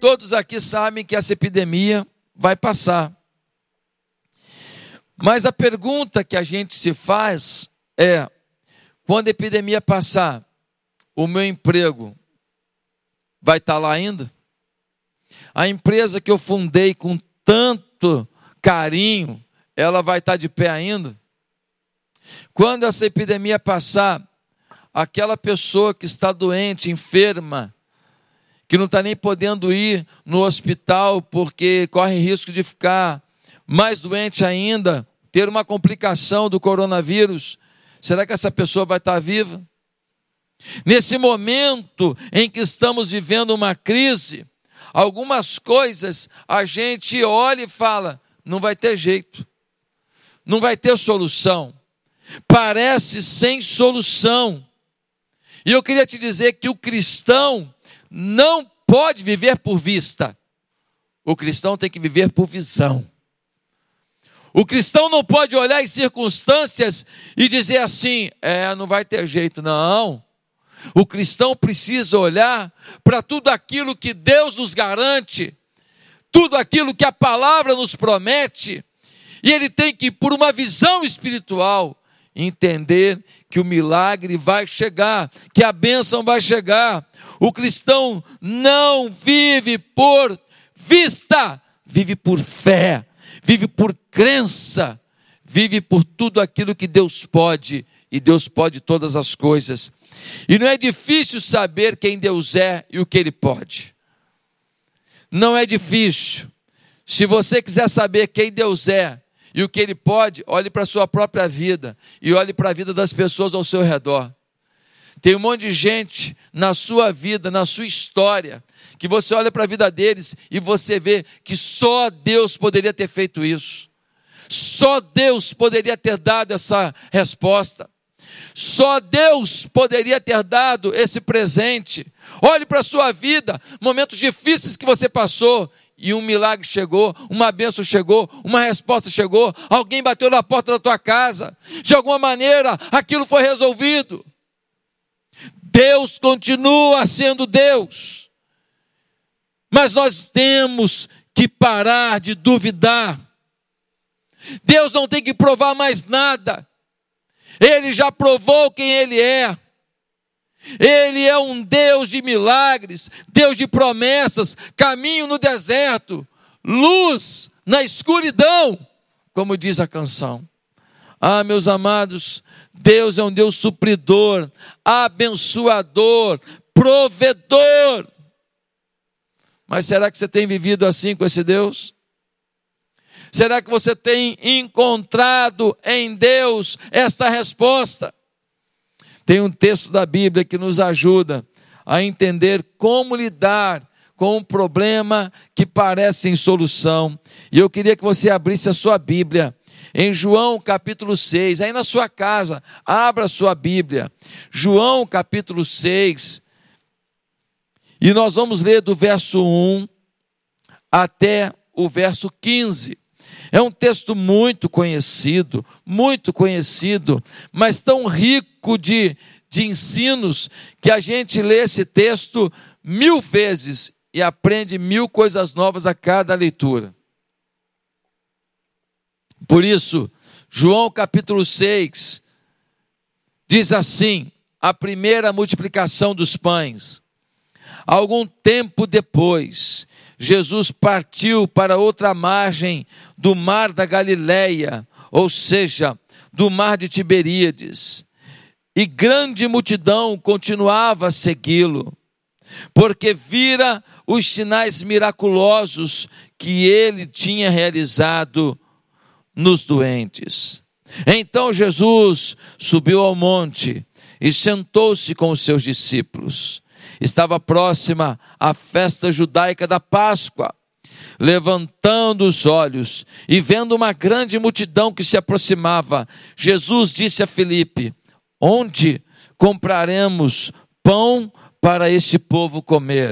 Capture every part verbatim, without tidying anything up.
Todos aqui sabem que essa epidemia vai passar. Mas a pergunta que a gente se faz é: quando a epidemia passar, o meu emprego vai estar lá ainda? A empresa que eu fundei com tanto carinho, ela vai estar de pé ainda? Quando essa epidemia passar, aquela pessoa que está doente, enferma, que não está nem podendo ir no hospital porque corre risco de ficar mais doente ainda, ter uma complicação do coronavírus, será que essa pessoa vai estar viva? Nesse momento em que estamos vivendo uma crise, algumas coisas a gente olha e fala: não vai ter jeito, não vai ter solução, parece sem solução. E eu queria te dizer que o cristão não pode viver por vista, o cristão tem que viver por visão. O cristão não pode olhar as circunstâncias e dizer assim: é, não vai ter jeito. Não, o cristão precisa olhar para tudo aquilo que Deus nos garante, tudo aquilo que a palavra nos promete, e ele tem que, por uma visão espiritual, entender que o milagre vai chegar, que a bênção vai chegar. O cristão não vive por vista, vive por fé, vive por crença, vive por tudo aquilo que Deus pode, e Deus pode todas as coisas. E não é difícil saber quem Deus é e o que Ele pode. Não é difícil. Se você quiser saber quem Deus é e o que Ele pode, olhe para a sua própria vida e olhe para a vida das pessoas ao seu redor. Tem um monte de gente na sua vida, na sua história, que você olha para a vida deles e você vê que só Deus poderia ter feito isso. Só Deus poderia ter dado essa resposta. Só Deus poderia ter dado esse presente. Olhe para a sua vida, momentos difíceis que você passou, e um milagre chegou, uma bênção chegou, uma resposta chegou, alguém bateu na porta da tua casa, de alguma maneira aquilo foi resolvido. Deus continua sendo Deus, mas nós temos que parar de duvidar. Deus não tem que provar mais nada, Ele já provou quem Ele é. Ele é um Deus de milagres, Deus de promessas, caminho no deserto, luz na escuridão, como diz a canção. Ah, meus amados, Deus é um Deus supridor, abençoador, provedor. Mas será que você tem vivido assim com esse Deus? Será que você tem encontrado em Deus esta resposta? Tem um texto da Bíblia que nos ajuda a entender como lidar com um problema que parece sem solução. E eu queria que você abrisse a sua Bíblia em João capítulo seis, aí na sua casa, abra a sua Bíblia. João capítulo seis, e nós vamos ler do verso um até o verso quinze. É um texto muito conhecido, muito conhecido, mas tão rico de, de ensinos, que a gente lê esse texto mil vezes e aprende mil coisas novas a cada leitura. Por isso, João capítulo seis diz assim, a primeira multiplicação dos pães. Algum tempo depois, Jesus partiu para outra margem do mar da Galileia, ou seja, do mar de Tiberíades, e grande multidão continuava a segui-lo, porque vira os sinais miraculosos que ele tinha realizado nos doentes. Então Jesus subiu ao monte e sentou-se com os seus discípulos. Estava próxima a festa judaica da Páscoa. Levantando os olhos e vendo uma grande multidão que se aproximava, Jesus disse a Filipe: onde compraremos pão para este povo comer?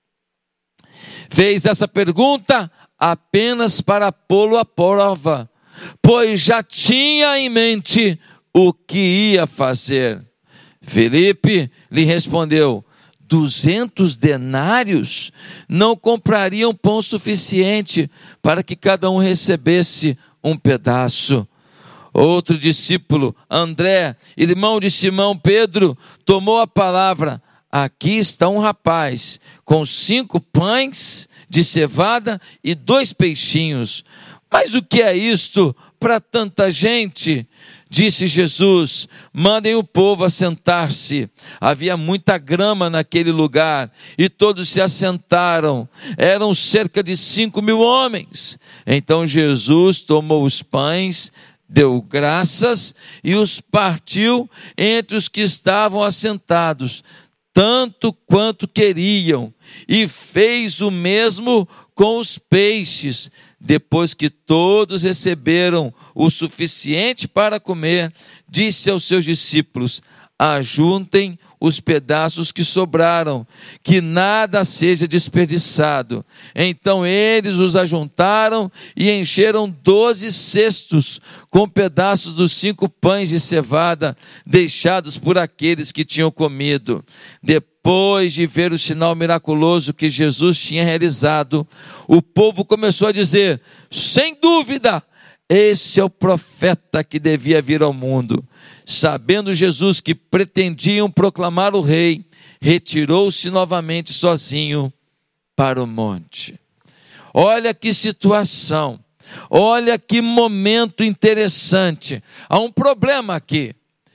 Fez essa pergunta apenas para pô-lo à prova, pois já tinha em mente o que ia fazer. Filipe lhe respondeu: duzentos denários não comprariam pão suficiente para que cada um recebesse um pedaço. Outro discípulo, André, irmão de Simão Pedro, tomou a palavra: aqui está um rapaz com cinco pães de cevada e dois peixinhos. Mas o que é isto para tanta gente? Disse Jesus: mandem o povo assentar-se. Havia muita grama naquele lugar e todos se assentaram. Eram cerca de cinco mil homens. Então Jesus tomou os pães, deu graças e os partiu entre os que estavam assentados, tanto quanto queriam, e fez o mesmo com os peixes. Depois que todos receberam o suficiente para comer, disse aos seus discípulos: ajuntem os pedaços que sobraram, que nada seja desperdiçado. Então eles os ajuntaram e encheram doze cestos com pedaços dos cinco pães de cevada deixados por aqueles que tinham comido. Depois de ver o sinal miraculoso que Jesus tinha realizado, o povo começou a dizer: sem dúvida, esse é o profeta que devia vir ao mundo. Sabendo Jesus que pretendiam proclamar o rei, retirou-se novamente sozinho para o monte. Olha que situação, olha que momento interessante. Há um problema aqui.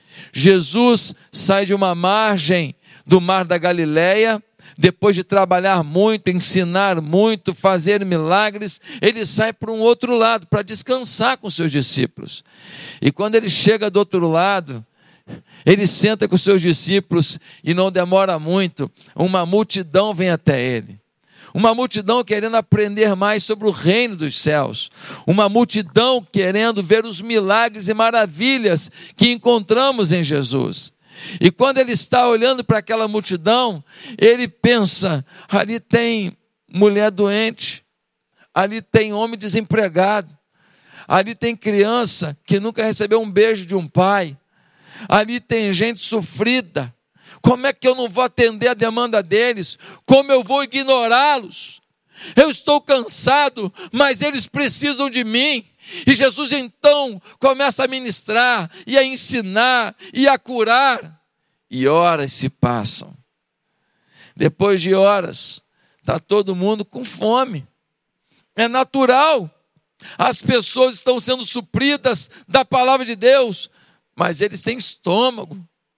Jesus sai de uma margem do mar da Galileia, depois de trabalhar muito, ensinar muito, fazer milagres, ele sai para um outro lado, para descansar com seus discípulos. E quando ele chega do outro lado, ele senta com seus discípulos e não demora muito, uma multidão vem até ele. Uma multidão querendo aprender mais sobre o reino dos céus. Uma multidão querendo ver os milagres e maravilhas que encontramos em Jesus. E quando ele está olhando para aquela multidão, ele pensa: ali tem mulher doente, ali tem homem desempregado, ali tem criança que nunca recebeu um beijo de um pai, ali tem gente sofrida. Como é que eu não vou atender a demanda deles? Como eu vou ignorá-los? Eu estou cansado, mas eles precisam de mim. E Jesus então começa a ministrar, e a ensinar, e a curar. E horas se passam. Depois de horas, está todo mundo com fome. É natural. As pessoas estão sendo supridas da palavra de Deus, mas eles têm estômago.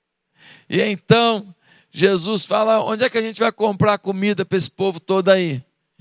E então, Jesus fala: onde é que a gente vai comprar comida para esse povo todo aí?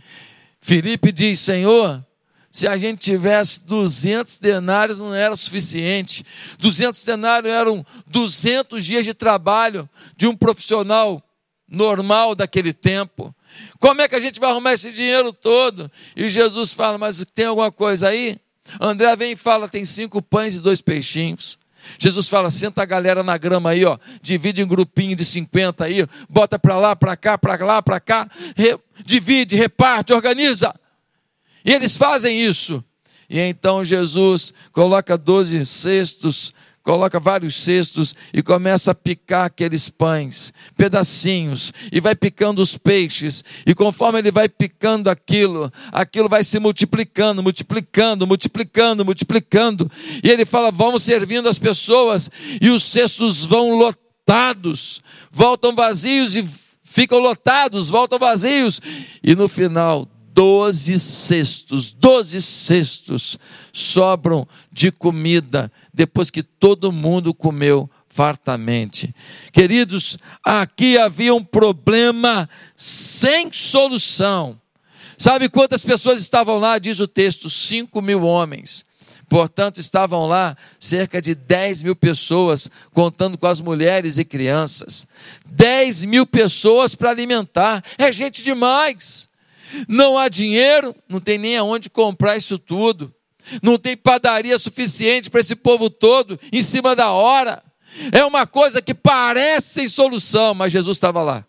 Filipe diz: Senhor, se a gente tivesse duzentos denários não era suficiente. duzentos denários eram duzentos dias de trabalho de um profissional normal daquele tempo. Como é que a gente vai arrumar esse dinheiro todo? E Jesus fala: mas tem alguma coisa aí? André vem e fala: tem cinco pães e dois peixinhos. Jesus fala: senta a galera na grama aí, ó, divide em grupinho de cinquenta aí, bota para lá, para cá, para lá, para cá, re, divide, reparte, organiza. E eles fazem isso. E então Jesus coloca doze cestos, coloca vários cestos e começa a picar aqueles pães, pedacinhos, e vai picando os peixes. E conforme ele vai picando aquilo, aquilo vai se multiplicando, multiplicando, multiplicando, multiplicando. E ele fala: vamos servindo as pessoas, e os cestos vão lotados, voltam vazios e ficam lotados, voltam vazios. E no final, doze cestos, doze cestos sobram de comida, depois que todo mundo comeu fartamente. Queridos, aqui havia um problema sem solução. Sabe quantas pessoas estavam lá? Diz o texto: cinco mil homens. Portanto, estavam lá cerca de dez mil pessoas, contando com as mulheres e crianças. dez mil pessoas para alimentar, é gente demais. Não há dinheiro, não tem nem aonde comprar isso tudo. Não tem padaria suficiente para esse povo todo, em cima da hora. É uma coisa que parece sem solução, mas Jesus estava lá.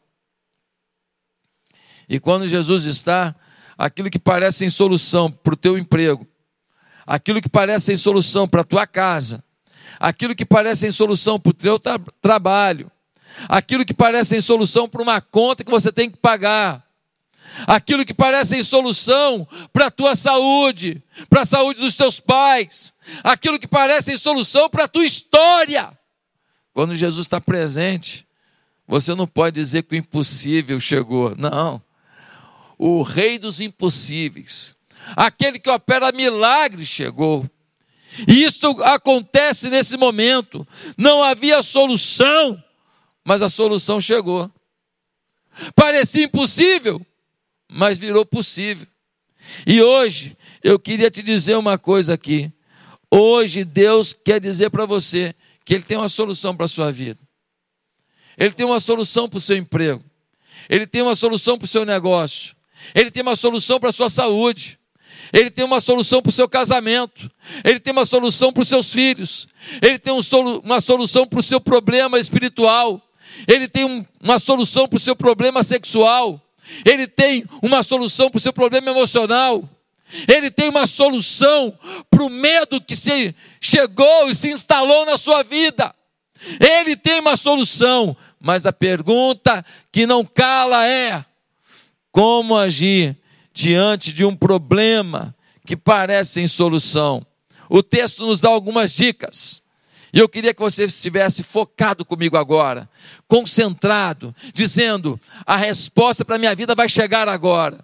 E quando Jesus está, aquilo que parece sem solução para o teu emprego, aquilo que parece sem solução para a tua casa, aquilo que parece sem solução para o teu tra- trabalho, aquilo que parece sem solução para uma conta que você tem que pagar, aquilo que parece sem solução para a tua saúde, para a saúde dos teus pais, aquilo que parece sem solução para a tua história. Quando Jesus está presente, você não pode dizer que o impossível chegou, não. O rei dos impossíveis, aquele que opera milagres, chegou. E isso acontece nesse momento. Não havia solução, mas a solução chegou. Parecia impossível, mas virou possível. E hoje, eu queria te dizer uma coisa aqui. Hoje Deus quer dizer para você que Ele tem uma solução para a sua vida. Ele tem uma solução para o seu emprego. Ele tem uma solução para o seu negócio. Ele tem uma solução para a sua saúde. Ele tem uma solução para o seu casamento. Ele tem uma solução para os seus filhos. Ele tem um solu- uma solução para o seu problema espiritual. Ele tem um, uma solução para o seu problema sexual. Ele tem uma solução para o seu problema emocional. Ele tem uma solução para o medo que se chegou e se instalou na sua vida. Ele tem uma solução, mas a pergunta que não cala é: como agir diante de um problema que parece sem solução? O texto nos dá algumas dicas. E eu queria que você estivesse focado comigo agora, concentrado, dizendo: a resposta para a minha vida vai chegar agora.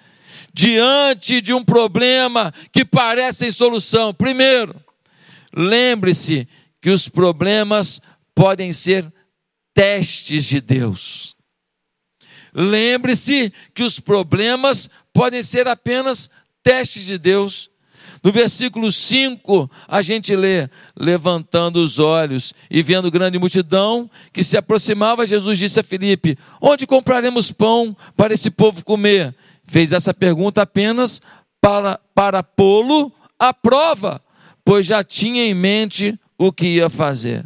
Diante de um problema que parece sem solução, primeiro, lembre-se que os problemas podem ser testes de Deus. Lembre-se que os problemas podem ser apenas testes de Deus. No versículo cinco, a gente lê: levantando os olhos e vendo grande multidão que se aproximava, Jesus disse a Filipe: onde compraremos pão para esse povo comer? Fez essa pergunta apenas para, para pô-lo à prova, pois já tinha em mente o que ia fazer.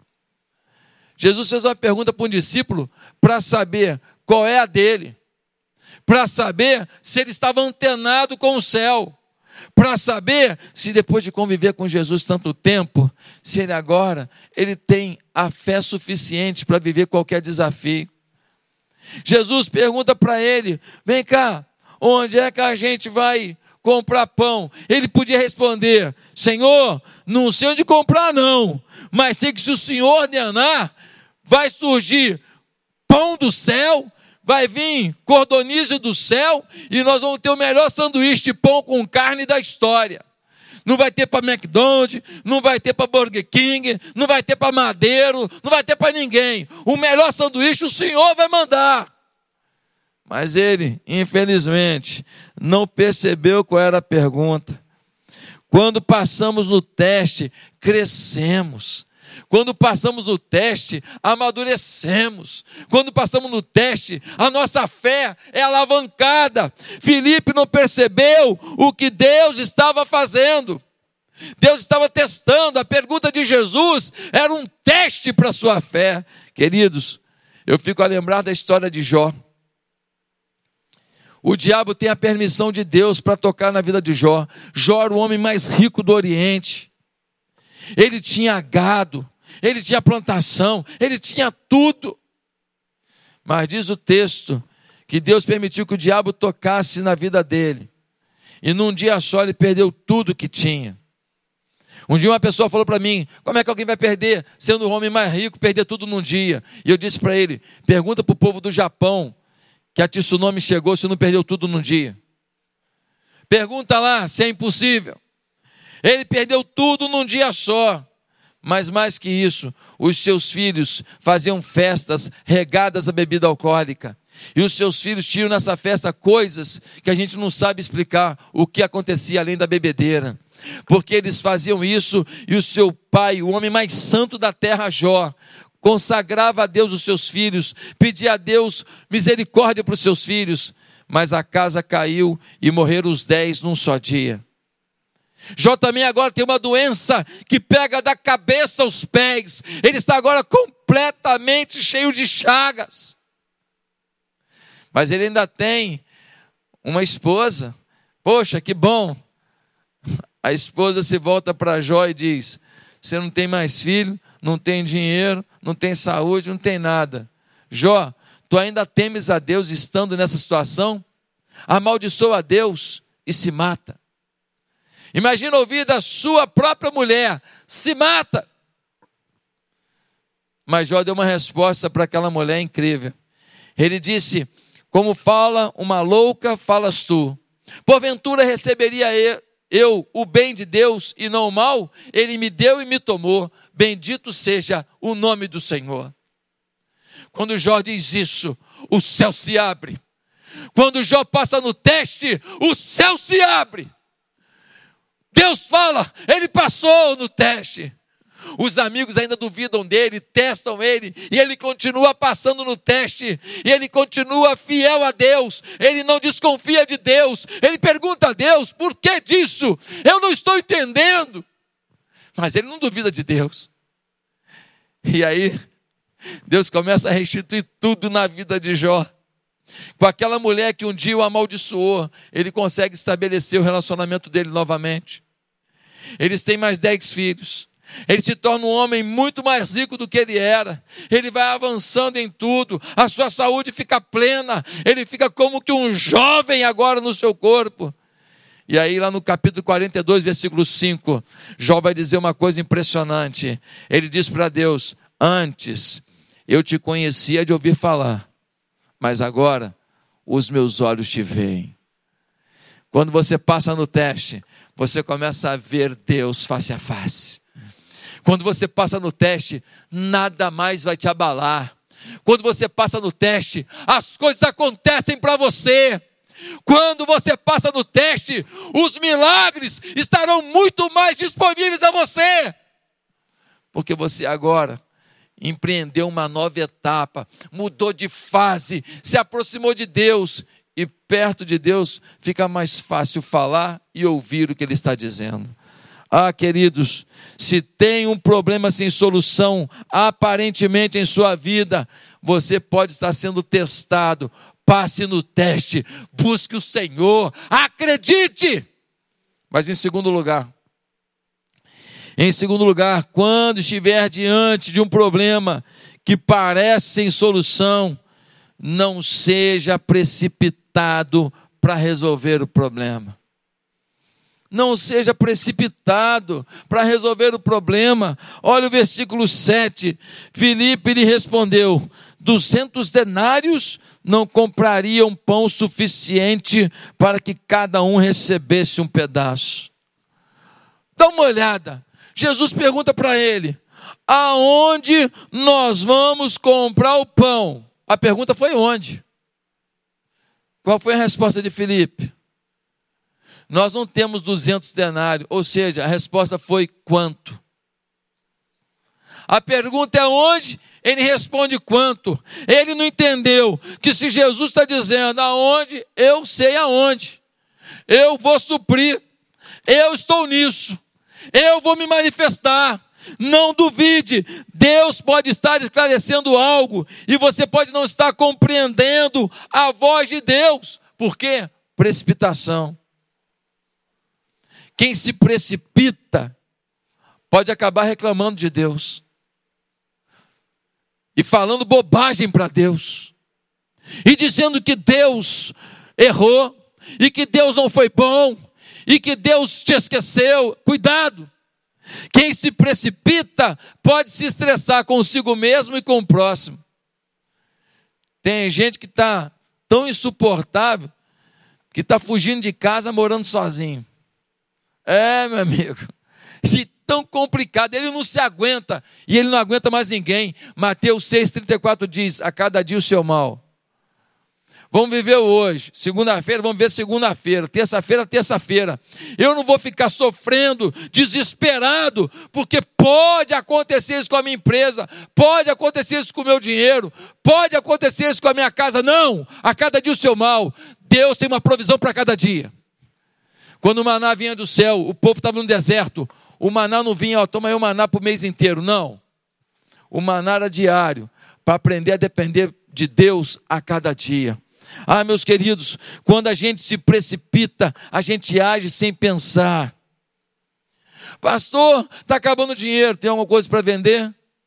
Jesus fez uma pergunta para um discípulo para saber qual é a dele, para saber se ele estava antenado com o céu, para saber se depois de conviver com Jesus tanto tempo, se ele agora ele tem a fé suficiente para viver qualquer desafio. Jesus pergunta para ele: vem cá, onde é que a gente vai comprar pão? Ele podia responder: Senhor, não sei onde comprar não, mas sei que se o Senhor ordenar, vai surgir pão do céu, vai vir cordonizo do céu, e nós vamos ter o melhor sanduíche de pão com carne da história. Não vai ter para McDonald's, não vai ter para Burger King, não vai ter para Madeiro, não vai ter para ninguém. O melhor sanduíche o Senhor vai mandar. Mas ele, infelizmente, não percebeu qual era a pergunta. Quando passamos no teste, crescemos. Quando passamos no teste, amadurecemos. Quando passamos no teste, a nossa fé é alavancada. Filipe não percebeu o que Deus estava fazendo. Deus estava testando. A pergunta de Jesus era um teste para a sua fé. Queridos, eu fico a lembrar da história de Jó. O diabo tem a permissão de Deus para tocar na vida de Jó. Jó era o homem mais rico do Oriente. Ele tinha gado, ele tinha plantação, ele tinha tudo. Mas diz o texto que Deus permitiu que o diabo tocasse na vida dele. E num dia só ele perdeu tudo que tinha. Um dia uma pessoa falou para mim: como é que alguém vai perder, sendo o homem mais rico, perder tudo num dia? E eu disse para ele: pergunta para o povo do Japão, que a tsunami chegou, se não perdeu tudo num dia. Pergunta lá se é impossível. Ele perdeu tudo num dia só. Mas mais que isso, os seus filhos faziam festas regadas a bebida alcoólica. E os seus filhos tinham nessa festa coisas que a gente não sabe explicar o que acontecia além da bebedeira. Porque eles faziam isso e o seu pai, o homem mais santo da terra, Jó, consagrava a Deus os seus filhos, pedia a Deus misericórdia para os seus filhos. Mas a casa caiu e morreram os dez num só dia. Jó também agora tem uma doença que pega da cabeça aos pés. Ele está agora completamente cheio de chagas. Mas ele ainda tem uma esposa. Poxa, que bom. A esposa se volta para Jó e diz: você não tem mais filho, não tem dinheiro, não tem saúde, não tem nada. Jó, tu ainda temes a Deus estando nessa situação? Amaldiçoa a Deus e se mata. Imagina ouvir da sua própria mulher: se mata. Mas Jó deu uma resposta para aquela mulher incrível. Ele disse: como fala uma louca, falas tu. Porventura receberia eu o bem de Deus e não o mal? Ele me deu e me tomou. Bendito seja o nome do Senhor. Quando Jó diz isso, o céu se abre. Quando Jó passa no teste, o céu se abre. Deus fala, ele passou no teste. Os amigos ainda duvidam dele, testam ele, e ele continua passando no teste, e ele continua fiel a Deus, ele não desconfia de Deus, ele pergunta a Deus: por que disso? Eu não estou entendendo. Mas ele não duvida de Deus. E aí, Deus começa a restituir tudo na vida de Jó. Com aquela mulher que um dia o amaldiçoou, ele consegue estabelecer o relacionamento dele novamente. Eles têm mais dez filhos. Ele se torna um homem muito mais rico do que ele era. Ele vai avançando em tudo. A sua saúde fica plena. Ele fica como que um jovem agora no seu corpo. E aí lá no capítulo quarenta e dois, versículo cinco, Jó vai dizer uma coisa impressionante. Ele diz para Deus: antes eu te conhecia de ouvir falar, mas agora os meus olhos te veem. Quando você passa no teste, você começa a ver Deus face a face. Quando você passa no teste, nada mais vai te abalar. Quando você passa no teste, as coisas acontecem para você. Quando você passa no teste, os milagres estarão muito mais disponíveis a você. Porque você agora empreendeu uma nova etapa, mudou de fase, se aproximou de Deus. E perto de Deus fica mais fácil falar e ouvir o que Ele está dizendo. Ah, queridos, se tem um problema sem solução, aparentemente em sua vida, você pode estar sendo testado. Passe no teste, busque o Senhor, acredite. Mas em segundo lugar, em segundo lugar, quando estiver diante de um problema que parece sem solução, não seja precipitado para resolver o problema. Não seja precipitado para resolver o problema. Olha o versículo sete. Filipe lhe respondeu: duzentos denários não comprariam pão suficiente para que cada um recebesse um pedaço. Dá uma olhada. Jesus pergunta para ele: aonde nós vamos comprar o pão? A pergunta foi onde? Qual foi a resposta de Filipe? Nós não temos duzentos denários, ou seja, a resposta foi quanto? A pergunta é onde, ele responde quanto. Ele não entendeu que se Jesus está dizendo aonde, eu sei aonde. Eu vou suprir, eu estou nisso, eu vou me manifestar. Não duvide, Deus pode estar esclarecendo algo e você pode não estar compreendendo a voz de Deus. Por quê? Precipitação. Quem se precipita pode acabar reclamando de Deus e falando bobagem para Deus e dizendo que Deus errou e que Deus não foi bom e que Deus te esqueceu. Cuidado! Quem se precipita pode se estressar consigo mesmo e com o próximo. Tem gente que está tão insuportável que está fugindo de casa morando sozinho. É, meu amigo, se tão complicado, ele não se aguenta, e ele não aguenta mais ninguém. Mateus seis, trinta e quatro diz: a cada dia o seu mal. Vamos viver hoje, segunda-feira, vamos ver segunda-feira, terça-feira, terça-feira. Eu não vou ficar sofrendo, desesperado, porque pode acontecer isso com a minha empresa, pode acontecer isso com o meu dinheiro, pode acontecer isso com a minha casa. Não, a cada dia o seu mal. Deus tem uma provisão para cada dia. Quando o maná vinha do céu, o povo estava no deserto. O maná não vinha, ó, toma aí o maná para o mês inteiro. Não. O maná era diário, para aprender a depender de Deus a cada dia. Ah, meus queridos, quando a gente se precipita, a gente age sem pensar. Pastor, está acabando o dinheiro, tem alguma coisa para vender?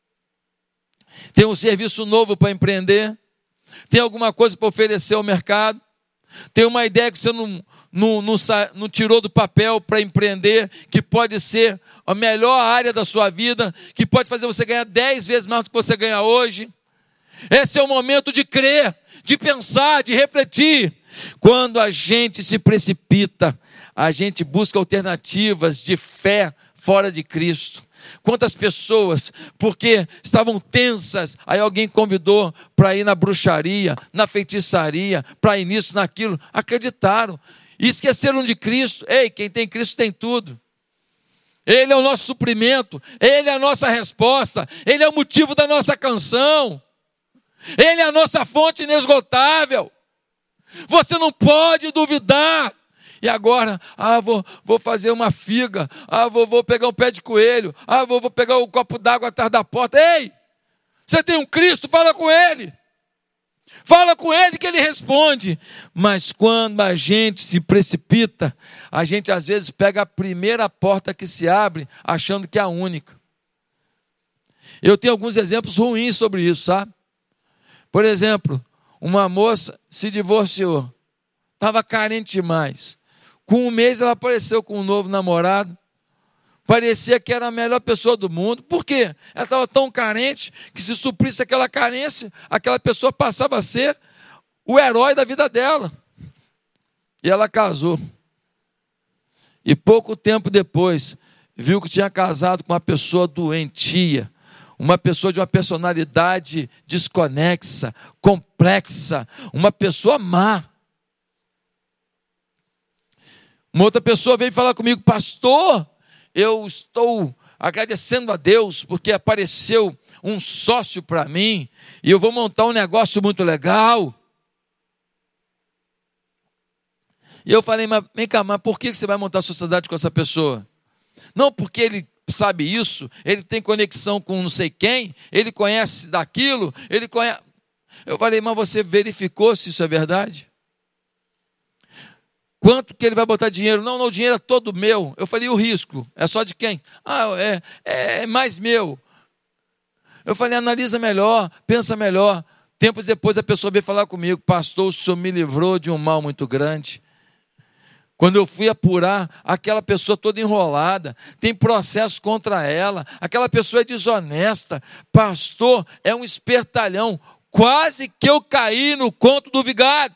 Tem um serviço novo para empreender? Tem alguma coisa para oferecer ao mercado? Tem uma ideia que você não, não, não, não tirou do papel para empreender, que pode ser a melhor área da sua vida, que pode fazer você ganhar dez vezes mais do que você ganha hoje? Esse é o momento de crer, de pensar, de refletir. Quando a gente se precipita, a gente busca alternativas de fé fora de Cristo. Quantas pessoas, porque estavam tensas, aí alguém convidou para ir na bruxaria, na feitiçaria, para ir nisso, naquilo, acreditaram e esqueceram de Cristo. Ei, quem tem Cristo tem tudo. Ele é o nosso suprimento, Ele é a nossa resposta, Ele é o motivo da nossa canção, Ele é a nossa fonte inesgotável. Você não pode duvidar. E agora, ah, vou, vou fazer uma figa, ah, vou, vou pegar um pé de coelho, ah, vou, vou pegar um copo d'água atrás da porta. Ei, você tem um Cristo, fala com Ele. Fala com Ele que Ele responde. Mas quando a gente se precipita, a gente às vezes pega a primeira porta que se abre, achando que é a única. Eu tenho alguns exemplos ruins sobre isso, sabe? Por exemplo, uma moça se divorciou, estava carente demais. Com um mês ela apareceu com um novo namorado, parecia que era a melhor pessoa do mundo. Por quê? Ela estava tão carente que se suprisse aquela carência, aquela pessoa passava a ser o herói da vida dela. E ela casou. E pouco tempo depois, viu que tinha casado com uma pessoa doentia, uma pessoa de uma personalidade desconexa, complexa, uma pessoa má. Uma outra pessoa veio falar comigo: pastor, eu estou agradecendo a Deus porque apareceu um sócio para mim e eu vou montar um negócio muito legal. E eu falei: mas vem cá, mas por que você vai montar sociedade com essa pessoa? Não, porque ele sabe isso, ele tem conexão com não sei quem, ele conhece daquilo, ele conhece... Eu falei: mas você verificou se isso é verdade? Quanto que ele vai botar dinheiro? Não, não, o dinheiro é todo meu. Eu falei: e o risco? É só de quem? Ah, é, é mais meu. Eu falei: analisa melhor, pensa melhor. Tempos depois a pessoa veio falar comigo: pastor, o senhor me livrou de um mal muito grande. Quando eu fui apurar, aquela pessoa toda enrolada, tem processo contra ela, aquela pessoa é desonesta. Pastor, é um espertalhão. Quase que eu caí no conto do vigário.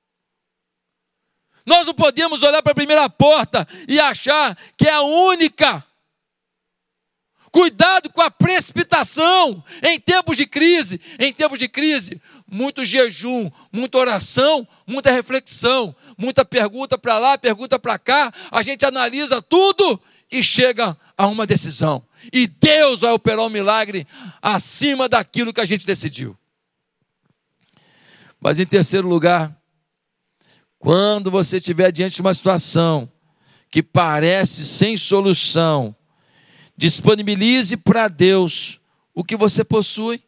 Nós não podemos olhar para a primeira porta e achar que é a única. Cuidado com a precipitação em tempos de crise. Em tempos de crise, muito jejum, muita oração, muita reflexão, muita pergunta para lá, pergunta para cá. A gente analisa tudo e chega a uma decisão. E Deus vai operar um milagre acima daquilo que a gente decidiu. Mas em terceiro lugar, quando você estiver diante de uma situação que parece sem solução, disponibilize para Deus o que você possui.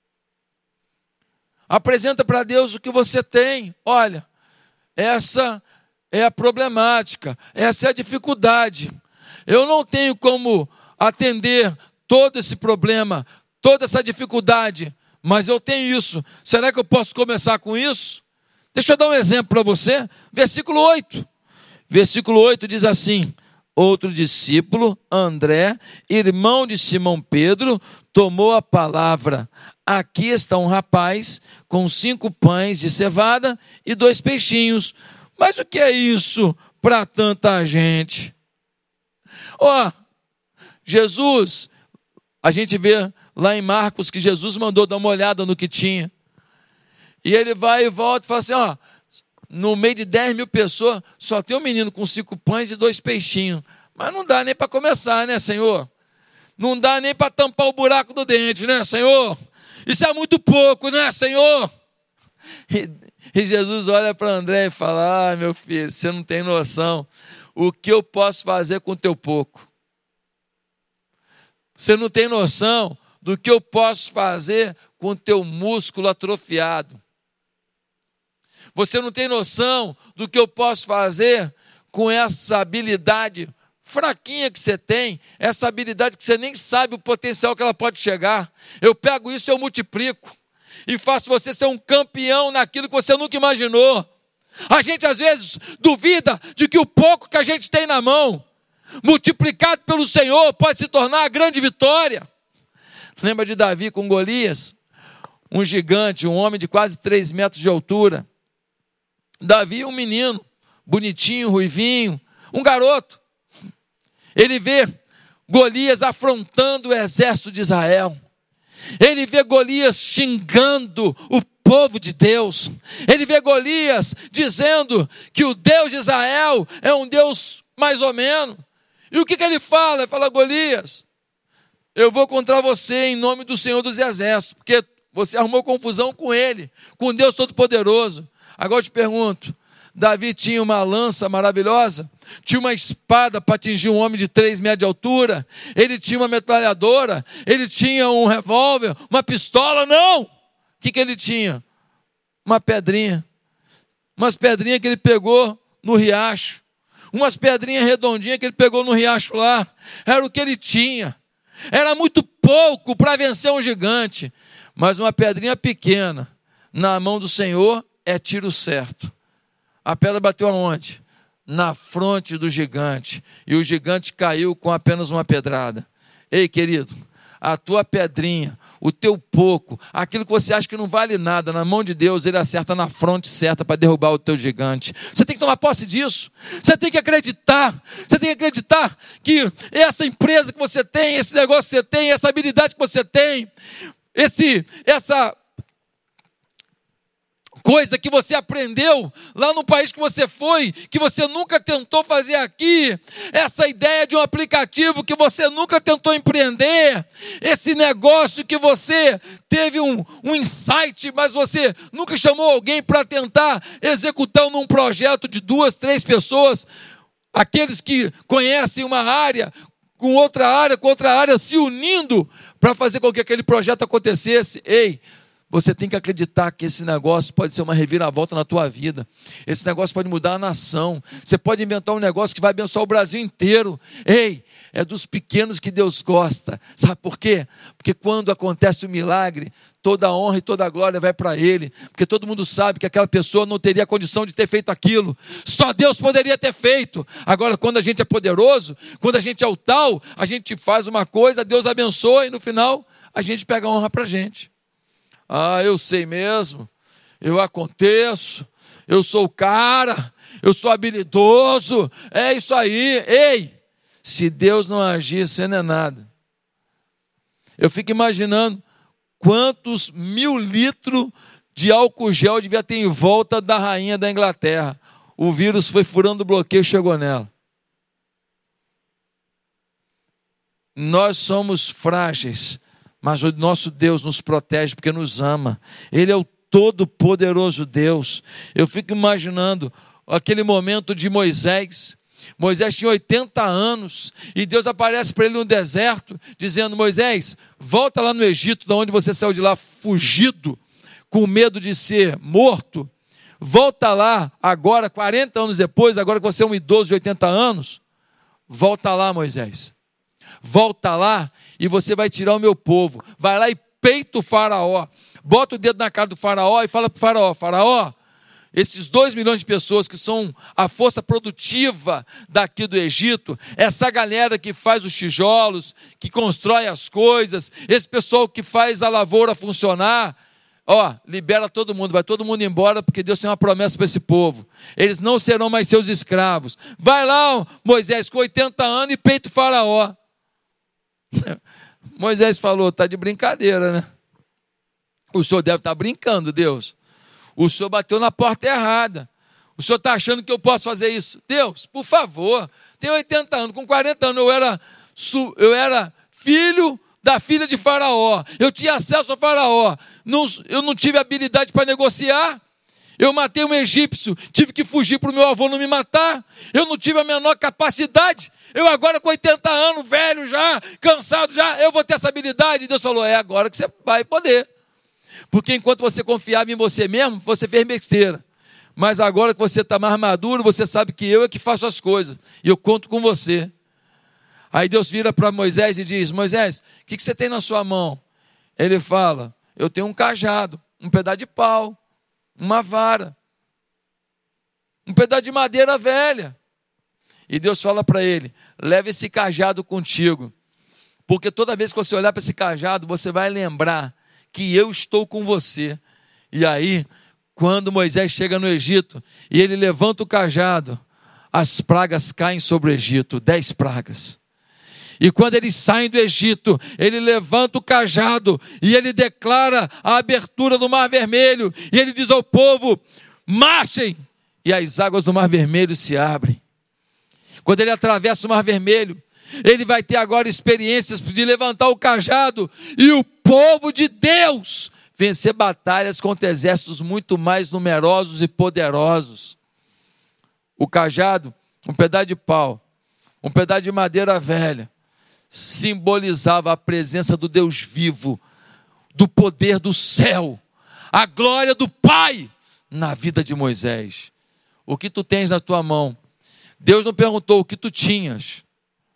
Apresenta para Deus o que você tem. Olha, essa é a problemática, essa é a dificuldade. Eu não tenho como atender todo esse problema, toda essa dificuldade, mas eu tenho isso. Será que eu posso começar com isso? Deixa eu dar um exemplo para você. Versículo oito. Versículo oito diz assim: outro discípulo, André, irmão de Simão Pedro, tomou a palavra. Aqui está um rapaz com cinco pães de cevada e dois peixinhos. Mas o que é isso para tanta gente? Ó, oh, Jesus, a gente vê lá em Marcos que Jesus mandou dar uma olhada no que tinha. E ele vai e volta e fala assim: ó, no meio de dez mil pessoas, só tem um menino com cinco pães e dois peixinhos. Mas não dá nem para começar, né, Senhor? Não dá nem para tampar o buraco do dente, né, Senhor? Isso é muito pouco, né, Senhor? E, e Jesus olha para André e fala: ah, meu filho, você não tem noção. O que eu posso fazer com o teu pouco? Você não tem noção do que eu posso fazer com o teu músculo atrofiado. Você não tem noção do que eu posso fazer com essa habilidade fraquinha que você tem, essa habilidade que você nem sabe o potencial que ela pode chegar, eu pego isso e eu multiplico, e faço você ser um campeão naquilo que você nunca imaginou. A gente às vezes duvida de que o pouco que a gente tem na mão, multiplicado pelo Senhor, pode se tornar a grande vitória. Lembra de Davi com Golias? Um gigante, um homem de quase três metros de altura. Davi, um menino, bonitinho, ruivinho, um garoto. Ele vê Golias afrontando o exército de Israel. Ele vê Golias xingando o povo de Deus. Ele vê Golias dizendo que o Deus de Israel é um Deus mais ou menos. E o que, que ele fala? Ele fala: Golias, eu vou contra você em nome do Senhor dos Exércitos, porque você arrumou confusão com ele, com Deus Todo-Poderoso. Agora eu te pergunto, Davi tinha uma lança maravilhosa, tinha uma espada para atingir um homem de três metros de altura, ele tinha uma metralhadora, ele tinha um revólver, uma pistola? Não! O que, que ele tinha? Uma pedrinha, umas pedrinhas que ele pegou no riacho, umas pedrinhas redondinhas que ele pegou no riacho lá, era o que ele tinha. Era muito pouco para vencer um gigante, mas uma pedrinha pequena na mão do Senhor é tiro certo. A pedra bateu aonde? Na fronte do gigante, e o gigante caiu com apenas uma pedrada. Ei, querido, a tua pedrinha, o teu pouco, aquilo que você acha que não vale nada, na mão de Deus, Ele acerta na fronte certa para derrubar o teu gigante. Você tem que tomar posse disso. Você tem que acreditar. Você tem que acreditar que essa empresa que você tem, esse negócio que você tem, essa habilidade que você tem, esse, essa coisa que você aprendeu lá no país que você foi, que você nunca tentou fazer aqui, essa ideia de um aplicativo que você nunca tentou empreender, esse negócio que você teve um, um insight, mas você nunca chamou alguém para tentar executar num projeto de duas, três pessoas, aqueles que conhecem uma área, com outra área, com outra área, se unindo para fazer com que aquele projeto acontecesse. Ei, você tem que acreditar que esse negócio pode ser uma reviravolta na tua vida. Esse negócio pode mudar a nação. Você pode inventar um negócio que vai abençoar o Brasil inteiro. Ei, é dos pequenos que Deus gosta. Sabe por quê? Porque quando acontece o milagre, toda a honra e toda a glória vai para Ele. Porque todo mundo sabe que aquela pessoa não teria condição de ter feito aquilo. Só Deus poderia ter feito. Agora, quando a gente é poderoso, quando a gente é o tal, a gente faz uma coisa, Deus abençoa e no final a gente pega a honra para a gente. Ah, eu sei mesmo, eu aconteço, eu sou o cara, eu sou habilidoso, é isso aí. Ei, se Deus não agir, você não é nada. Eu fico imaginando quantos mil litros de álcool gel devia ter em volta da rainha da Inglaterra. O vírus foi furando o bloqueio e chegou nela. Nós somos frágeis, mas o nosso Deus nos protege porque nos ama. Ele é o todo-poderoso Deus. Eu fico imaginando aquele momento de Moisés. Moisés tinha oitenta anos e Deus aparece para ele no deserto, dizendo: Moisés, volta lá no Egito, de onde você saiu de lá fugido, com medo de ser morto. Volta lá agora, quarenta anos depois, agora que você é um idoso de oitenta anos. Volta lá, Moisés. Volta lá e você vai tirar o meu povo. Vai lá e peita o faraó. Bota o dedo na cara do faraó e fala para o faraó: faraó, esses dois milhões de pessoas que são a força produtiva daqui do Egito, essa galera que faz os tijolos, que constrói as coisas, esse pessoal que faz a lavoura funcionar, ó, libera todo mundo, vai todo mundo embora, porque Deus tem uma promessa para esse povo. Eles não serão mais seus escravos. Vai lá, Moisés, com oitenta anos, e peita o faraó. Moisés falou: está de brincadeira, né? O senhor deve estar brincando, Deus. O senhor bateu na porta errada. O senhor está achando que eu posso fazer isso? Deus, por favor, tenho oitenta anos, com quarenta anos eu era, eu era filho da filha de Faraó. Eu tinha acesso a Faraó. Não, eu não tive habilidade para negociar. Eu matei um egípcio, tive que fugir para o meu avô não me matar. Eu não tive a menor capacidade. Eu agora com oitenta anos, velho já, cansado já, eu vou ter essa habilidade. E Deus falou: é agora que você vai poder. Porque enquanto você confiava em você mesmo, você fez besteira. Mas agora que você está mais maduro, você sabe que eu é que faço as coisas. E eu conto com você. Aí Deus vira para Moisés e diz: Moisés, o que, que você tem na sua mão? Ele fala: eu tenho um cajado, um pedaço de pau, uma vara, um pedaço de madeira velha. E Deus fala para ele: leve esse cajado contigo, porque toda vez que você olhar para esse cajado, você vai lembrar que eu estou com você. E aí, quando Moisés chega no Egito e ele levanta o cajado, as pragas caem sobre o Egito, dez pragas. E quando eles saem do Egito, ele levanta o cajado e ele declara a abertura do Mar Vermelho. E ele diz ao povo: marchem! E as águas do Mar Vermelho se abrem. Quando ele atravessa o Mar Vermelho, ele vai ter agora experiências de levantar o cajado e o povo de Deus vencer batalhas contra exércitos muito mais numerosos e poderosos. O cajado, um pedaço de pau, um pedaço de madeira velha, simbolizava a presença do Deus vivo, do poder do céu, a glória do Pai na vida de Moisés. O que tu tens na tua mão? Deus não perguntou o que tu tinhas.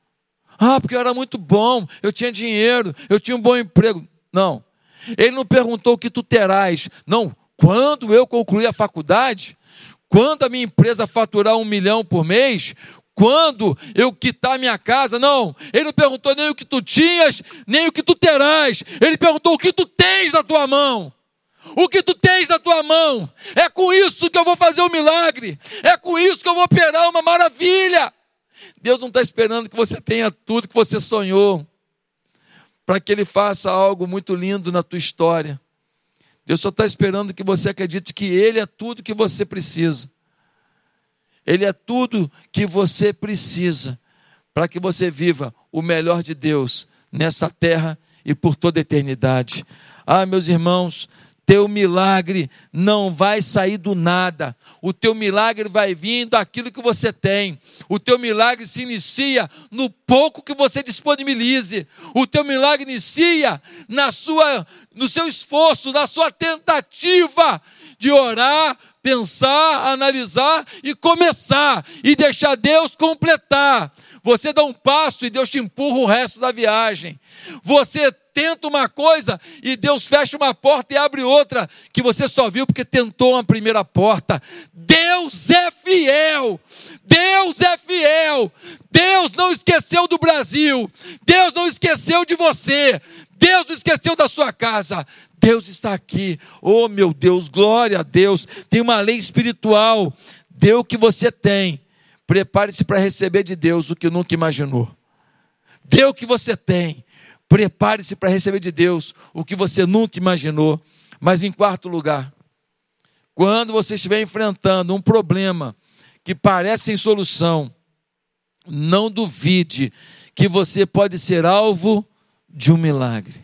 Ah, porque eu era muito bom, eu tinha dinheiro, eu tinha um bom emprego. Não. Ele não perguntou o que tu terás. Não. Quando eu concluir a faculdade, quando a minha empresa faturar um milhão por mês, quando eu quitar minha casa, não. Ele não perguntou nem o que tu tinhas, nem o que tu terás. Ele perguntou o que tu tens na tua mão. O que tu tens na tua mão. É com isso que eu vou fazer um milagre. É com isso que eu vou operar uma maravilha. Deus não está esperando que você tenha tudo que você sonhou, para que Ele faça algo muito lindo na tua história. Deus só está esperando que você acredite que Ele é tudo que você precisa. Ele é tudo que você precisa para que você viva o melhor de Deus nessa terra e por toda a eternidade. Ah, meus irmãos, teu milagre não vai sair do nada. O teu milagre vai vir daquilo que você tem. O teu milagre se inicia no pouco que você disponibilize. O teu milagre inicia na sua, no seu esforço, na sua tentativa de orar, pensar, analisar e começar. E deixar Deus completar. Você dá um passo e Deus te empurra o resto da viagem. Você tenta uma coisa e Deus fecha uma porta e abre outra que você só viu porque tentou uma primeira porta. Deus é fiel. Deus é fiel. Deus não esqueceu do Brasil. Deus não esqueceu de você. Deus não esqueceu da sua casa. Deus está aqui. Oh, meu Deus, glória a Deus. Tem uma lei espiritual. Dê o que você tem. Prepare-se para receber de Deus o que nunca imaginou. Dê o que você tem. Prepare-se para receber de Deus o que você nunca imaginou. Mas em quarto lugar, quando você estiver enfrentando um problema que parece sem solução, não duvide que você pode ser alvo de um milagre.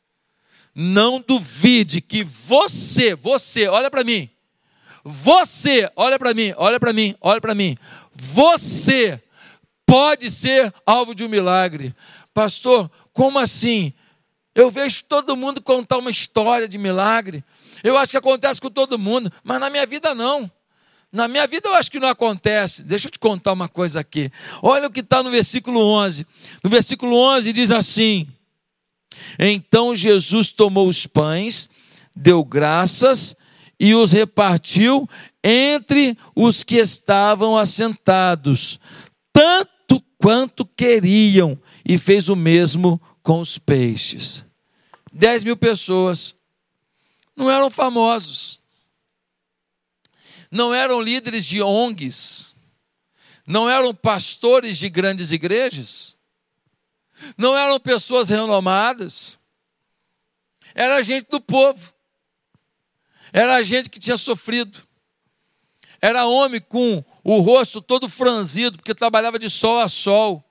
Não duvide que você, você, olha para mim, você, olha para mim, olha para mim, olha para mim, você pode ser alvo de um milagre. Pastor, como assim? Eu vejo todo mundo contar uma história de milagre. Eu acho que acontece com todo mundo, mas na minha vida não. Na minha vida eu acho que não acontece. Deixa eu te contar uma coisa aqui. Olha o que está no versículo onze. No versículo onze diz assim: então Jesus tomou os pães, deu graças e os repartiu entre os que estavam assentados, tanto quanto queriam, e fez o mesmo com os peixes. Dez mil pessoas. Não eram famosos. Não eram líderes de O N Gs. Não eram pastores de grandes igrejas. Não eram pessoas renomadas. Era gente do povo. Era gente que tinha sofrido. Era homem com o rosto todo franzido, porque trabalhava de sol a sol.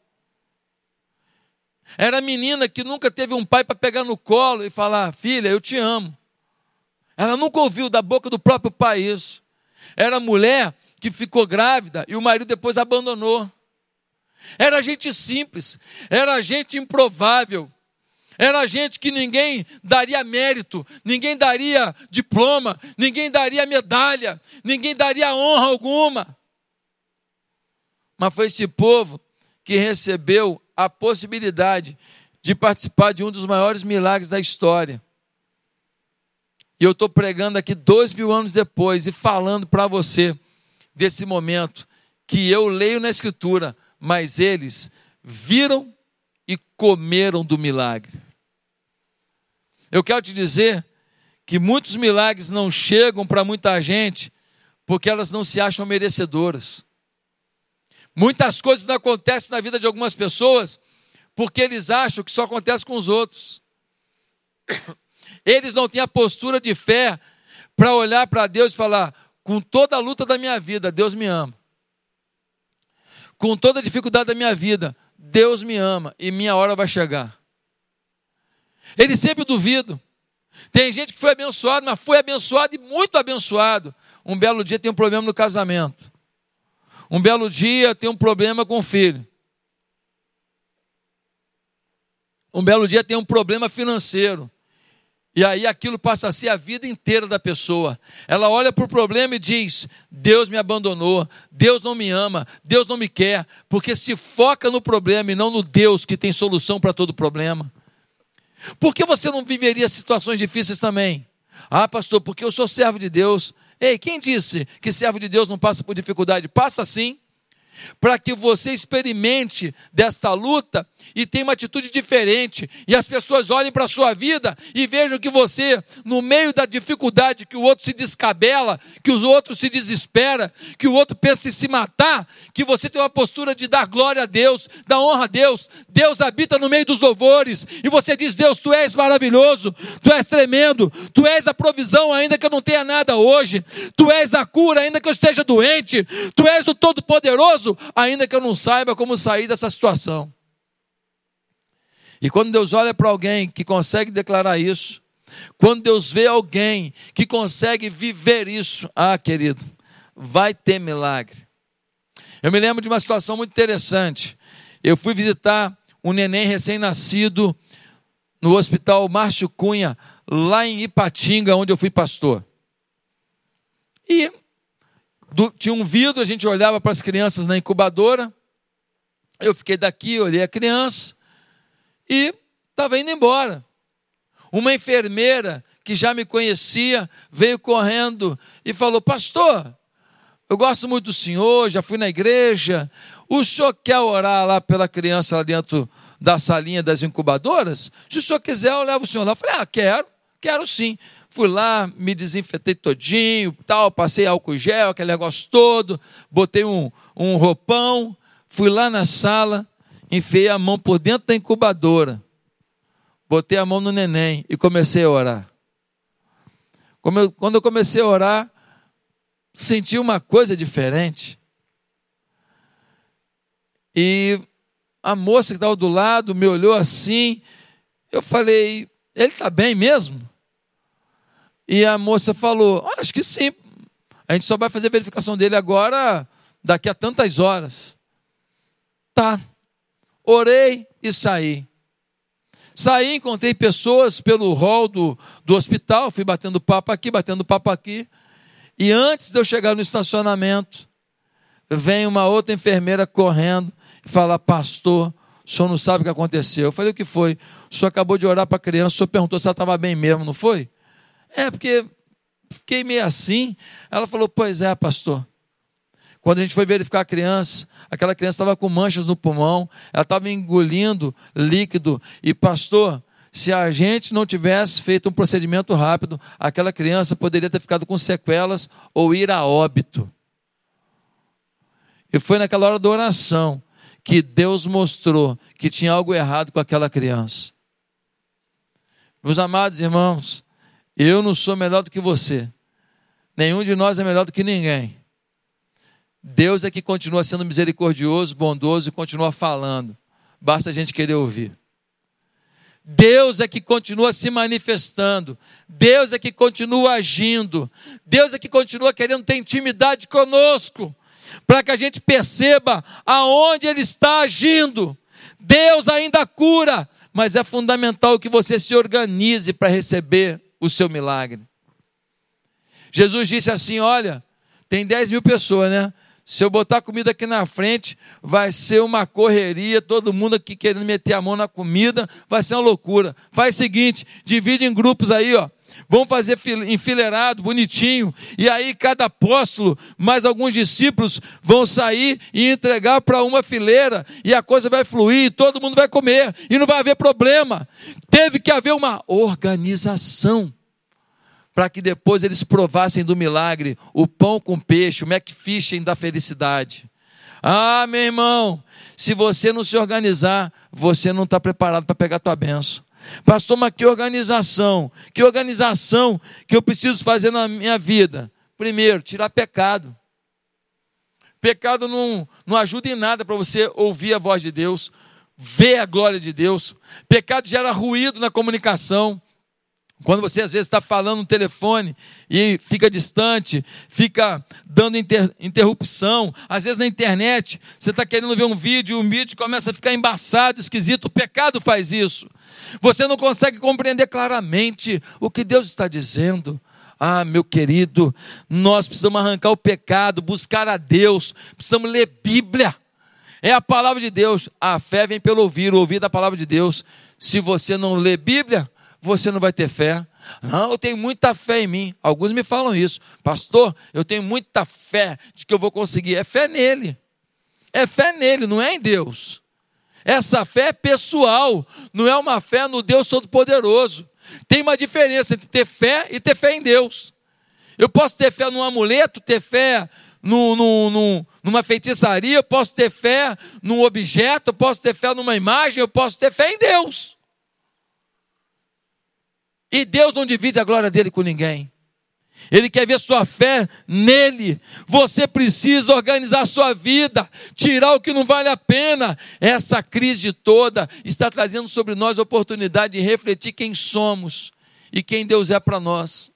Era menina que nunca teve um pai para pegar no colo e falar: filha, eu te amo. Ela nunca ouviu da boca do próprio pai isso. Era mulher que ficou grávida e o marido depois abandonou. Era gente simples, era gente improvável. Era gente que ninguém daria mérito, ninguém daria diploma, ninguém daria medalha, ninguém daria honra alguma. Mas foi esse povo que recebeu a possibilidade de participar de um dos maiores milagres da história. E eu estou pregando aqui dois mil anos depois e falando para você desse momento que eu leio na Escritura, mas eles viram e comeram do milagre. Eu quero te dizer que muitos milagres não chegam para muita gente porque elas não se acham merecedoras. Muitas coisas não acontecem na vida de algumas pessoas porque eles acham que só acontece com os outros. Eles não têm a postura de fé para olhar para Deus e falar: com toda a luta da minha vida, Deus me ama. Com toda a dificuldade da minha vida, Deus me ama e minha hora vai chegar. Eles sempre duvidam. Tem gente que foi abençoado, mas foi abençoado e muito abençoado. Um belo dia tem um problema no casamento. Um belo dia tem um problema com o filho. Um belo dia tem um problema financeiro. E aí aquilo passa a ser a vida inteira da pessoa. Ela olha para o problema e diz: Deus me abandonou, Deus não me ama, Deus não me quer, porque se foca no problema e não no Deus que tem solução para todo problema. Por que você não viveria situações difíceis também? Ah, pastor, porque eu sou servo de Deus. Ei, quem disse que servo de Deus não passa por dificuldade? Passa sim, para que você experimente desta luta e tenha uma atitude diferente, e as pessoas olhem para a sua vida e vejam que você, no meio da dificuldade, que o outro se descabela, que o outro se desespera, que o outro pensa em se matar, que você tem uma postura de dar glória a Deus, dar honra a Deus. Deus habita no meio dos louvores, e você diz: Deus, Tu és maravilhoso, Tu és tremendo, Tu és a provisão ainda que eu não tenha nada hoje, Tu és a cura ainda que eu esteja doente, Tu és o Todo-Poderoso ainda que eu não saiba como sair dessa situação. E quando Deus olha para alguém que consegue declarar isso, quando Deus vê alguém que consegue viver isso, ah, querido, vai ter milagre. Eu me lembro de uma situação muito interessante. Eu fui visitar um neném recém-nascido no Hospital Márcio Cunha, lá em Ipatinga, onde eu fui pastor. E do, tinha um vidro, a gente olhava para as crianças na incubadora. Eu fiquei daqui, olhei a criança e estava indo embora. Uma enfermeira que já me conhecia veio correndo e falou: pastor, eu gosto muito do senhor, já fui na igreja, o senhor quer orar lá pela criança lá dentro da salinha das incubadoras? Se o senhor quiser, eu levo o senhor lá. Eu falei: ah, quero, quero sim. Fui lá, me desinfetei todinho, tal, passei álcool gel, aquele negócio todo, botei um, um roupão, fui lá na sala, enfiei a mão por dentro da incubadora, botei a mão no neném e comecei a orar. Quando eu comecei a orar, senti uma coisa diferente. E a moça que estava do lado me olhou assim, eu falei: ele está bem mesmo? E a moça falou: ah, acho que sim, a gente só vai fazer a verificação dele agora, daqui a tantas horas. Tá, orei e saí. Saí, encontrei pessoas pelo hall do, do hospital, fui batendo papo aqui, batendo papo aqui. E antes de eu chegar no estacionamento, vem uma outra enfermeira correndo e fala: pastor, o senhor não sabe o que aconteceu. Eu falei: o que foi? O senhor acabou de orar para a criança, o senhor perguntou se ela estava bem mesmo, não foi? É, porque fiquei meio assim. Ela falou: pois é, pastor. Quando a gente foi verificar a criança, aquela criança estava com manchas no pulmão, ela estava engolindo líquido. E pastor, se a gente não tivesse feito um procedimento rápido, aquela criança poderia ter ficado com sequelas ou ir a óbito. E foi naquela hora da oração que Deus mostrou que tinha algo errado com aquela criança. Meus amados irmãos, eu não sou melhor do que você. Nenhum de nós é melhor do que ninguém. Deus é que continua sendo misericordioso, bondoso e continua falando. Basta a gente querer ouvir. Deus é que continua se manifestando. Deus é que continua agindo. Deus é que continua querendo ter intimidade conosco, para que a gente perceba aonde Ele está agindo. Deus ainda cura, mas é fundamental que você se organize para receber o seu milagre. Jesus disse assim: olha, tem dez mil pessoas, né? Se eu botar comida aqui na frente, vai ser uma correria, todo mundo aqui querendo meter a mão na comida, vai ser uma loucura. Faz o seguinte, divide em grupos aí, ó. Vamos fazer enfileirado, bonitinho. E aí cada apóstolo, mais alguns discípulos, vão sair e entregar para uma fileira. E a coisa vai fluir, todo mundo vai comer. E não vai haver problema. Teve que haver uma organização, para que depois eles provassem do milagre, o pão com peixe, o McFishing da felicidade. Ah, meu irmão, se você não se organizar, você não está preparado para pegar a tua bênção. Pastor, mas que organização, que organização que eu preciso fazer na minha vida? Primeiro, tirar pecado. Pecado não, não ajuda em nada para você ouvir a voz de Deus, ver a glória de Deus. Pecado gera ruído na comunicação. Quando você às vezes está falando no telefone e fica distante, fica dando inter, interrupção, às vezes na internet, você está querendo ver um vídeo e o vídeo começa a ficar embaçado, esquisito, o pecado faz isso. Você não consegue compreender claramente o que Deus está dizendo. Ah, meu querido, nós precisamos arrancar o pecado, buscar a Deus, precisamos ler Bíblia. É a palavra de Deus, a fé vem pelo ouvir, o ouvir da palavra de Deus. Se você não lê Bíblia, você não vai ter fé. Não, eu tenho muita fé em mim. Alguns me falam isso. Pastor, eu tenho muita fé de que eu vou conseguir. É fé nele. É fé nele, não é em Deus. Essa fé é pessoal, não é uma fé no Deus Todo-Poderoso. Tem uma diferença entre ter fé e ter fé em Deus. Eu posso ter fé num amuleto, ter fé no, no, no, numa feitiçaria, eu posso ter fé num objeto, eu posso ter fé numa imagem, eu posso ter fé em Deus. E Deus não divide a glória dele com ninguém. Ele quer ver sua fé nele. Você precisa organizar a sua vida, tirar o que não vale a pena. Essa crise toda está trazendo sobre nós a oportunidade de refletir quem somos e quem Deus é para nós.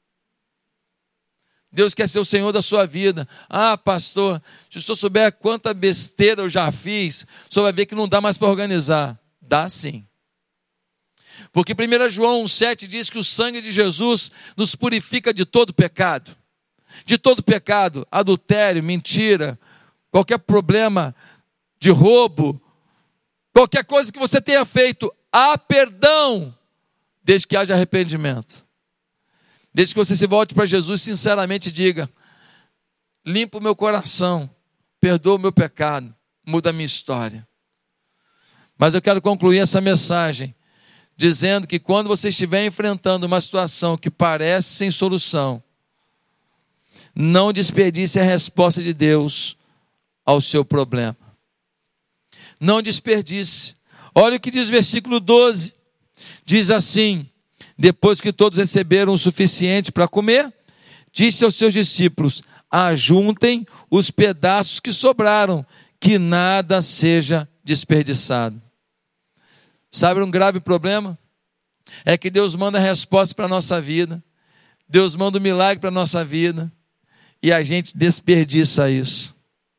Deus quer ser o Senhor da sua vida. Ah, pastor, se o senhor souber quanta besteira eu já fiz, o senhor vai ver que não dá mais para organizar. Dá sim. Porque primeiro João um sete diz que o sangue de Jesus nos purifica de todo pecado. De todo pecado, adultério, mentira, qualquer problema de roubo, qualquer coisa que você tenha feito, há perdão, desde que haja arrependimento. Desde que você se volte para Jesus, sinceramente diga, limpa o meu coração, perdoa o meu pecado, muda a minha história. Mas eu quero concluir essa mensagem dizendo que quando você estiver enfrentando uma situação que parece sem solução, não desperdice a resposta de Deus ao seu problema. Não desperdice. Olha o que diz o versículo doze. Diz assim, depois que todos receberam o suficiente para comer, disse aos seus discípulos, ajuntem os pedaços que sobraram, que nada seja desperdiçado. Sabe um grave problema? É que Deus manda a resposta para a nossa vida, Deus manda um milagre para a nossa vida, e a gente desperdiça isso.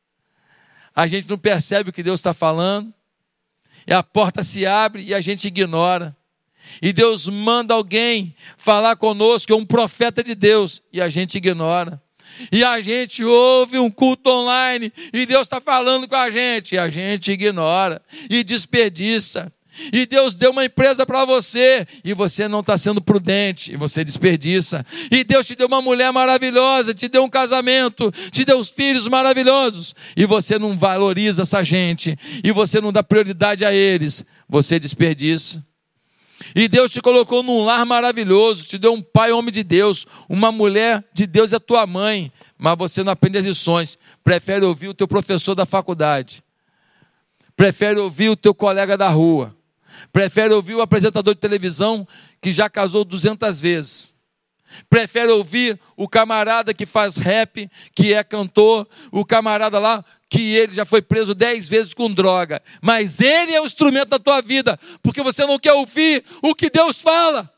A gente não percebe o que Deus está falando, e a porta se abre e a gente ignora. E Deus manda alguém falar conosco, é um profeta de Deus, e a gente ignora. E a gente ouve um culto online, e Deus está falando com a gente, e a gente ignora, e desperdiça. E Deus deu uma empresa para você, e você não está sendo prudente, e você desperdiça. E Deus te deu uma mulher maravilhosa, te deu um casamento, te deu os filhos maravilhosos, e você não valoriza essa gente, e você não dá prioridade a eles, você desperdiça. E Deus te colocou num lar maravilhoso, te deu um pai, homem de Deus, uma mulher de Deus é tua mãe, mas você não aprende as lições, prefere ouvir o teu professor da faculdade, prefere ouvir o teu colega da rua, prefere ouvir o apresentador de televisão que já casou duzentas vezes. Prefere ouvir o camarada que faz rap, que é cantor, o camarada lá, que ele já foi preso dez vezes com droga. Mas ele é o instrumento da tua vida, porque você não quer ouvir o que Deus fala.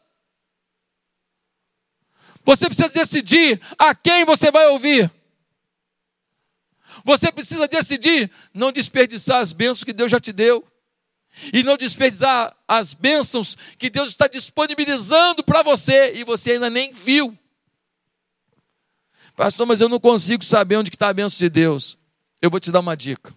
Você precisa decidir a quem você vai ouvir. Você precisa decidir não desperdiçar as bênçãos que Deus já te deu. E não desperdiçar as bênçãos que Deus está disponibilizando para você e você ainda nem viu. Pastor, mas eu não consigo saber onde está a bênção de Deus. eu vou te dar uma dica.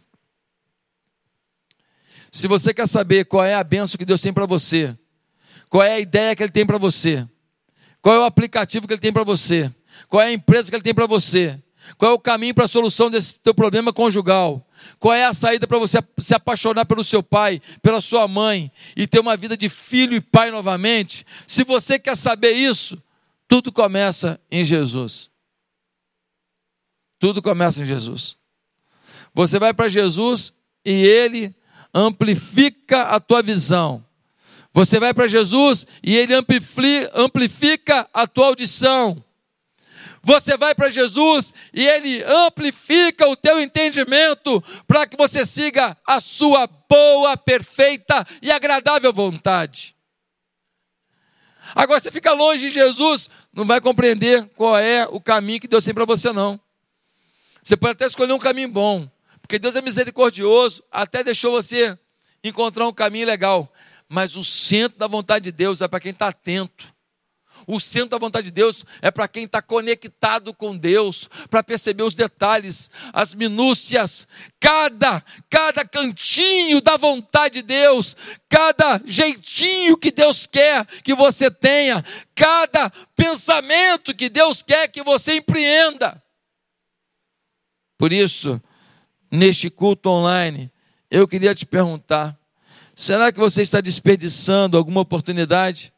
Se você quer saber qual é a bênção que Deus tem para você, qual é a ideia que Ele tem para você, qual é o aplicativo que Ele tem para você, qual é a empresa que Ele tem para você, qual é o caminho para a solução desse teu problema conjugal, qual é a saída para você se apaixonar pelo seu pai, pela sua mãe e ter uma vida de filho e pai novamente, se você quer saber isso, tudo começa em Jesus. Tudo começa em Jesus. Você vai para Jesus e Ele amplifica a tua visão. Você vai para Jesus e Ele amplifica a tua audição. Você vai para Jesus e Ele amplifica o teu entendimento para que você siga a sua boa, perfeita e agradável vontade. Agora, você fica longe de Jesus, não vai compreender qual é o caminho que Deus tem para você, não. Você pode até escolher um caminho bom, porque Deus é misericordioso, até deixou você encontrar um caminho legal. Mas o centro da vontade de Deus é para quem está atento. O centro da vontade de Deus é para quem está conectado com Deus, para perceber os detalhes, as minúcias, cada, cada cantinho da vontade de Deus, cada jeitinho que Deus quer que você tenha, cada pensamento que Deus quer que você empreenda. Por isso, neste culto online, eu queria te perguntar, será que você está desperdiçando alguma oportunidade?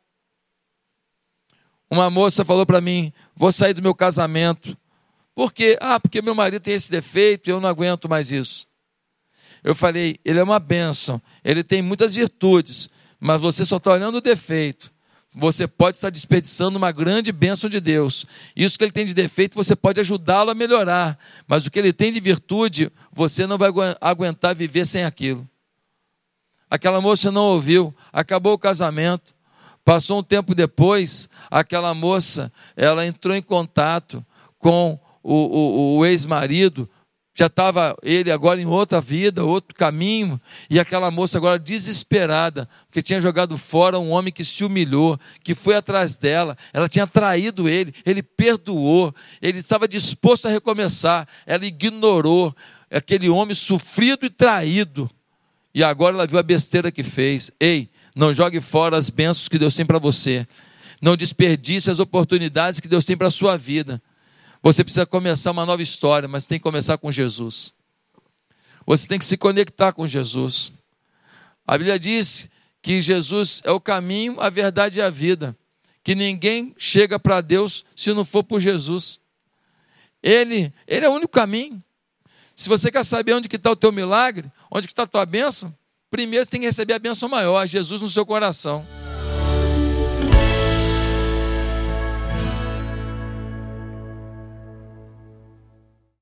Uma moça falou para mim, vou sair do meu casamento. Por quê? Ah, porque meu marido tem esse defeito e eu não aguento mais isso. Eu falei, ele é uma bênção, ele tem muitas virtudes, mas você só está olhando o defeito. Você pode estar desperdiçando uma grande bênção de Deus. Isso que ele tem de defeito, você pode ajudá-lo a melhorar. Mas o que ele tem de virtude, você não vai aguentar viver sem aquilo. Aquela moça não ouviu, acabou o casamento. Passou um tempo depois, aquela moça, ela entrou em contato com o, o, o ex-marido, já estava ele agora em outra vida, outro caminho, e aquela moça agora desesperada, porque tinha jogado fora um homem que se humilhou, que foi atrás dela, ela tinha traído ele, ele perdoou, ele estava disposto a recomeçar, ela ignorou aquele homem sofrido e traído, e agora ela viu a besteira que fez. Ei, não jogue fora as bênçãos que Deus tem para você. Não desperdice as oportunidades que Deus tem para a sua vida. Você precisa começar uma nova história, mas tem que começar com Jesus. Você tem que se conectar com Jesus. A Bíblia diz que Jesus é o caminho, a verdade e a vida. Que ninguém chega para Deus se não for por Jesus. Ele, ele é o único caminho. Se você quer saber onde que está o teu milagre, onde que está a tua bênção, primeiro você tem que receber a bênção maior, Jesus no seu coração.